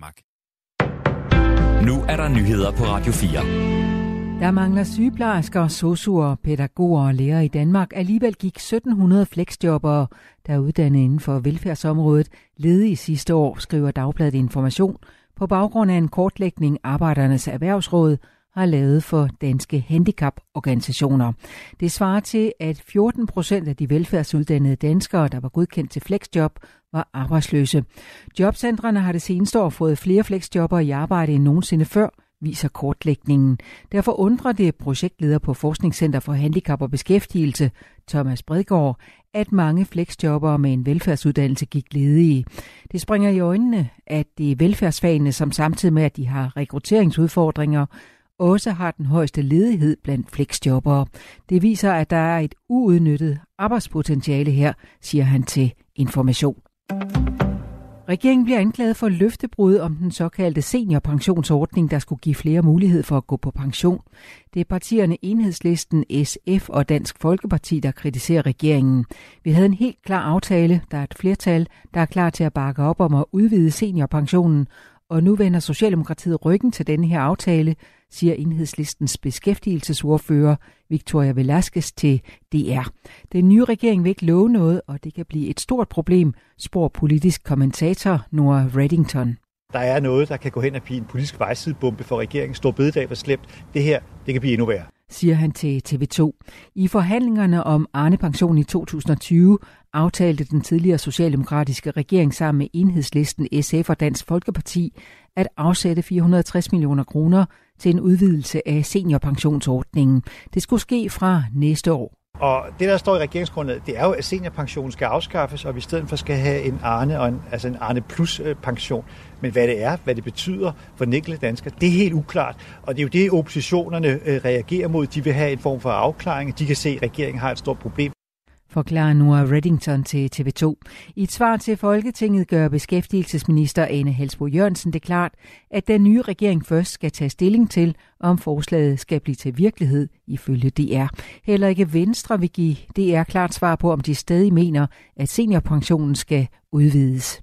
Danmark. Nu er der nyheder på Radio 4. Der mangler sygeplejersker, sosuer, pædagoger og lærere i Danmark. Alligevel gik 1700 flexjobbere, der er uddannet inden for velfærdsområdet, ledige sidste år, skriver Dagbladet Information, på baggrund af en kortlægning Arbejdernes Erhvervsråd har lavet for danske handicaporganisationer. Det svarer til, at 14% af de velfærdsuddannede danskere, der var godkendt til flexjob, var arbejdsløse. Jobcentrene har det seneste år fået flere flexjobber i arbejde end nogensinde før, viser kortlægningen. Derfor undrer det projektleder på Forskningscenter for Handicap og Beskæftigelse, Thomas Bredgaard, at mange flexjobbere med en velfærdsuddannelse gik ledige. Det springer i øjnene, at det er velfærdsfagene, som samtidig med, at de har rekrutteringsudfordringer, også har den højeste ledighed blandt flexjobbere. Det viser, at der er et uudnyttet arbejdspotentiale her, siger han til Information. Regeringen bliver anklaget for løftebrud om den såkaldte seniorpensionsordning, der skulle give flere mulighed for at gå på pension. Det er partierne Enhedslisten, SF og Dansk Folkeparti, der kritiserer regeringen. Vi havde en helt klar aftale. Der er et flertal, der er klar til at bakke op om at udvide seniorpensionen, og nu vender Socialdemokratiet ryggen til denne her aftale, siger Enhedslistens beskæftigelsesordfører Victoria Velasquez til DR. Den nye regering vil ikke love noget, og det kan blive et stort problem, spår politisk kommentator Nora Reddington. Der er noget, der kan gå hen og blive en politisk vejsidebombe for regeringen. Stor bededag var slemt. Det her, det kan blive endnu værre, siger han til TV2. I forhandlingerne om Arne-pension i 2020 aftalte den tidligere socialdemokratiske regering sammen med Enhedslisten, SF og Dansk Folkeparti at afsætte 460 millioner kroner til en udvidelse af seniorpensionsordningen. Det skulle ske fra næste år. Og det, der står i regeringsgrundlaget, det er jo, at seniorpensionen skal afskaffes, og vi i stedet for skal have en Arne, og en Arne plus pension. Men hvad det er, hvad det betyder for den enkelte dansker, det er helt uklart. Og det er jo det, oppositionerne reagerer mod. De vil have en form for afklaring. De kan se, at regeringen har et stort problem. Forklarer Nora Reddington til TV2. I et svar til Folketinget gør beskæftigelsesminister Ane Halsboe-Jørgensen det klart, at den nye regering først skal tage stilling til, om forslaget skal blive til virkelighed ifølge DR. Heller ikke Venstre vil give DR klart svar på, om de stadig mener, at seniorpensionen skal udvides.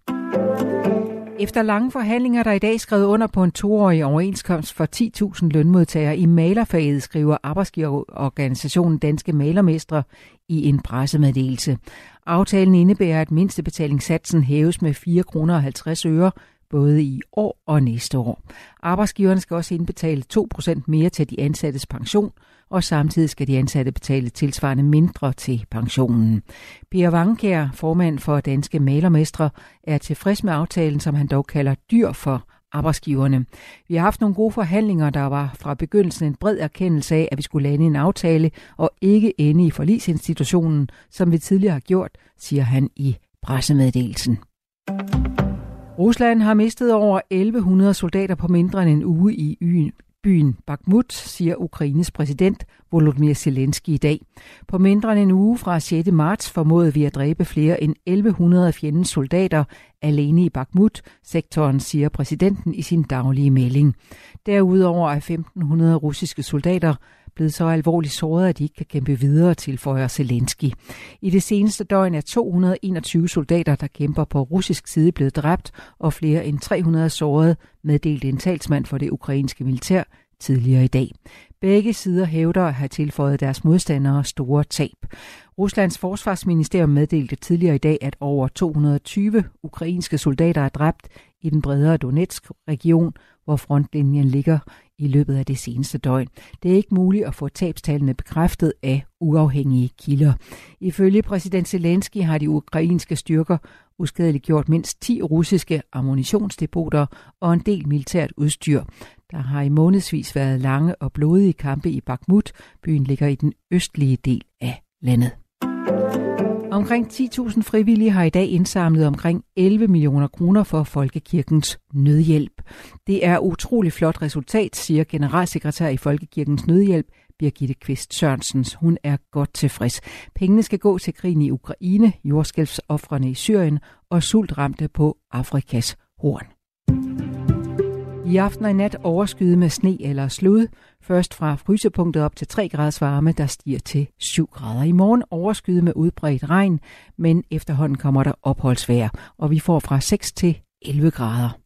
Efter lange forhandlinger, der i dag skrevet under på en 2-årig overenskomst for 10.000 lønmodtagere i malerfaget, skriver arbejdsgiverorganisationen Danske Malermestre i en pressemeddelelse. Aftalen indebærer, at mindstebetalingssatsen hæves med 4,50 kroner både i år og næste år. Arbejdsgiverne skal også indbetale 2% mere til de ansattes pension, og samtidig skal de ansatte betale tilsvarende mindre til pensionen. Per Vangkjær, formand for Danske Malermestre, er tilfreds med aftalen, som han dog kalder dyr for arbejdsgiverne. Vi har haft nogle gode forhandlinger, der var fra begyndelsen en bred erkendelse af, at vi skulle lande en aftale og ikke ende i forligsinstitutionen, som vi tidligere har gjort, siger han i pressemeddelelsen. Rusland har mistet over 1100 soldater på mindre end en uge i byen Bakhmut, siger Ukraines præsident Volodymyr Zelensky i dag. På mindre end en uge fra 6. marts formåede vi at dræbe flere end 1100 fjendens soldater alene i Bakhmut-sektoren, siger præsidenten i sin daglige melding. Derudover er 1500 russiske soldater blevet så alvorligt såret, at de ikke kan kæmpe videre, tilføjer Zelensky. I det seneste døgn er 221 soldater, der kæmper på russisk side, blevet dræbt, og flere end 300 såret, meddelte en talsmand for det ukrainske militær tidligere i dag. Begge sider hævder at have tilføjet deres modstandere store tab. Ruslands forsvarsministerium meddelte tidligere i dag, at over 220 ukrainske soldater er dræbt i den bredere Donetsk-region, hvor frontlinjen ligger i løbet af det seneste døgn. Det er ikke muligt at få tabstallene bekræftet af uafhængige kilder. Ifølge præsident Zelensky har de ukrainske styrker uskadeligt gjort mindst 10 russiske ammunitionsdepoter og en del militært udstyr. Der har i månedsvis været lange og blodige kampe i Bakhmut. Byen ligger i den østlige del af landet. Omkring 10.000 frivillige har i dag indsamlet omkring 11 millioner kroner for Folkekirkens Nødhjælp. Det er utrolig flot resultat, siger generalsekretær i Folkekirkens Nødhjælp, Birgitte Kvist Sørensen. Hun er godt tilfreds. Pengene skal gå til krigen i Ukraine, jordskælvsofrene i Syrien og sultramte på Afrikas Horn. I aften og i nat overskyet med sne eller slud. Først fra frysepunktet op til 3 graders varme, der stiger til 7 grader. I morgen overskyet med udbredt regn, men efterhånden kommer der opholdsvejr, og vi får fra 6 til 11 grader.